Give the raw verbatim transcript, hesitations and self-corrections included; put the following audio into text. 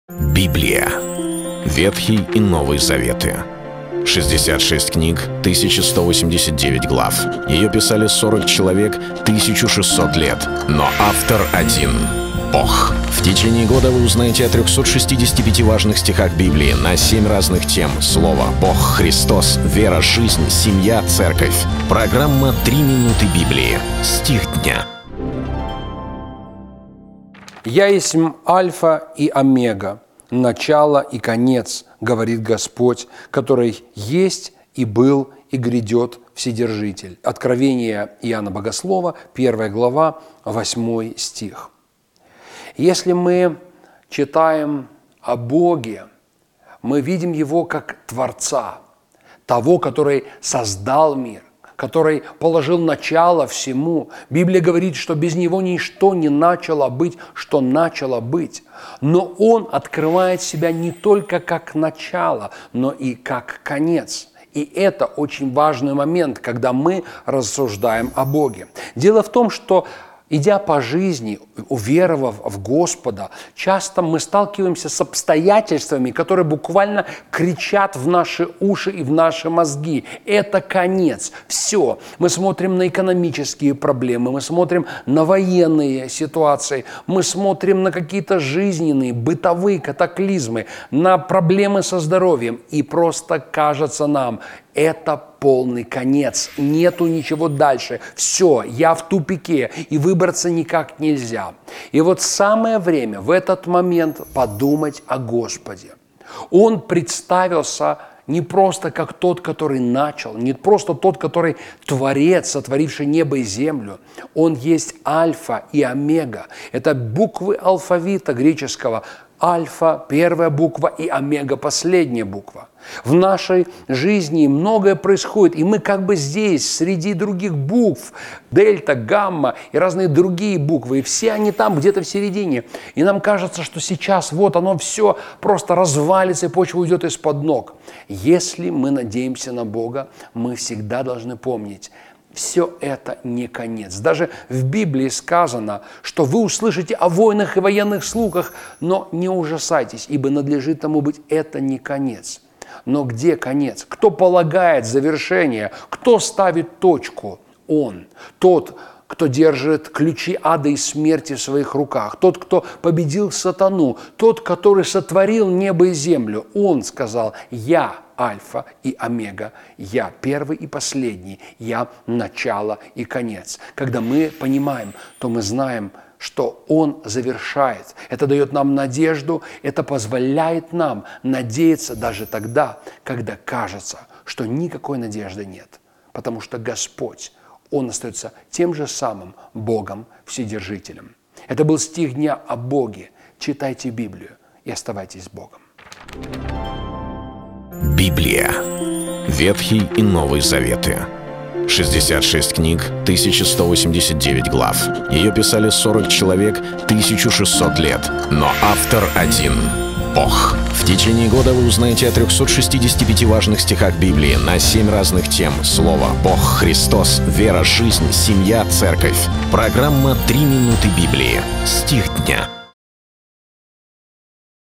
Библия. Ветхий и Новый Заветы. шестьдесят шесть книг, тысяча сто восемьдесят девять глав. Ее писали сорок человек, тысяча шестьсот лет. Но автор один — Бог. В течение года вы узнаете о трёхстах шестидесяти пяти важных стихах Библии на семь разных тем. Слово, Бог, Христос, вера, жизнь, семья, церковь. Программа «Три минуты Библии». Стих дня. «Я есть Альфа и Омега, начало и конец, говорит Господь, который есть и был и грядет Вседержитель». Откровение Иоанна Богослова, первая глава, восьмой стих. Если мы читаем о Боге, мы видим Его как Творца, того, который создал мир, который положил начало всему. Библия говорит, что без Него ничто не начало быть, что начало быть. Но Он открывает себя не только как начало, но и как конец. И это очень важный момент, когда мы рассуждаем о Боге. Дело в том, что, идя по жизни, уверовав в Господа, часто мы сталкиваемся с обстоятельствами, которые буквально кричат в наши уши и в наши мозги. Это конец. Все. Мы смотрим на экономические проблемы, мы смотрим на военные ситуации, мы смотрим на какие-то жизненные, бытовые катаклизмы, на проблемы со здоровьем. И просто кажется нам, это полный конец. Нету ничего дальше. Все, я в тупике, и выбраться никак нельзя. И вот самое время в этот момент подумать о Господе. Он представился не просто как тот, который начал, не просто тот, который творец, сотворивший небо и землю. Он есть Альфа и Омега. Это буквы алфавита греческого. Альфа – первая буква, и Омега – последняя буква. В нашей жизни многое происходит, и мы как бы здесь, среди других букв, дельта, гамма и разные другие буквы, и все они там где-то в середине. И нам кажется, что сейчас вот оно все просто развалится, и почва уйдет из-под ног. Если мы надеемся на Бога, мы всегда должны помнить, все это не конец. Даже в Библии сказано, что вы услышите о войнах и военных слухах, но не ужасайтесь, ибо надлежит тому быть, это не конец. Но где конец? Кто полагает завершение? Кто ставит точку? Он. Тот, кто держит ключи ада и смерти в своих руках. Тот, кто победил сатану. Тот, который сотворил небо и землю. Он сказал: «Я Альфа и Омега, я первый и последний, я начало и конец». Когда мы понимаем, то мы знаем, что Он завершает. Это дает нам надежду, это позволяет нам надеяться даже тогда, когда кажется, что никакой надежды нет. Потому что Господь, Он остается тем же самым Богом Вседержителем. Это был стих дня о Боге. Читайте Библию и оставайтесь с Богом. Библия. Ветхий и Новый Заветы. шестьдесят шесть книг, тысяча сто восемьдесят девять глав. Ее писали сорок человек, тысяча шестьсот лет. Но автор один — Бог. В течение года вы узнаете о трёхстах шестидесяти пяти важных стихах Библии на семь разных тем. Слово, Бог, Христос, вера, жизнь, семья, церковь. Программа «Три минуты Библии». Стих дня.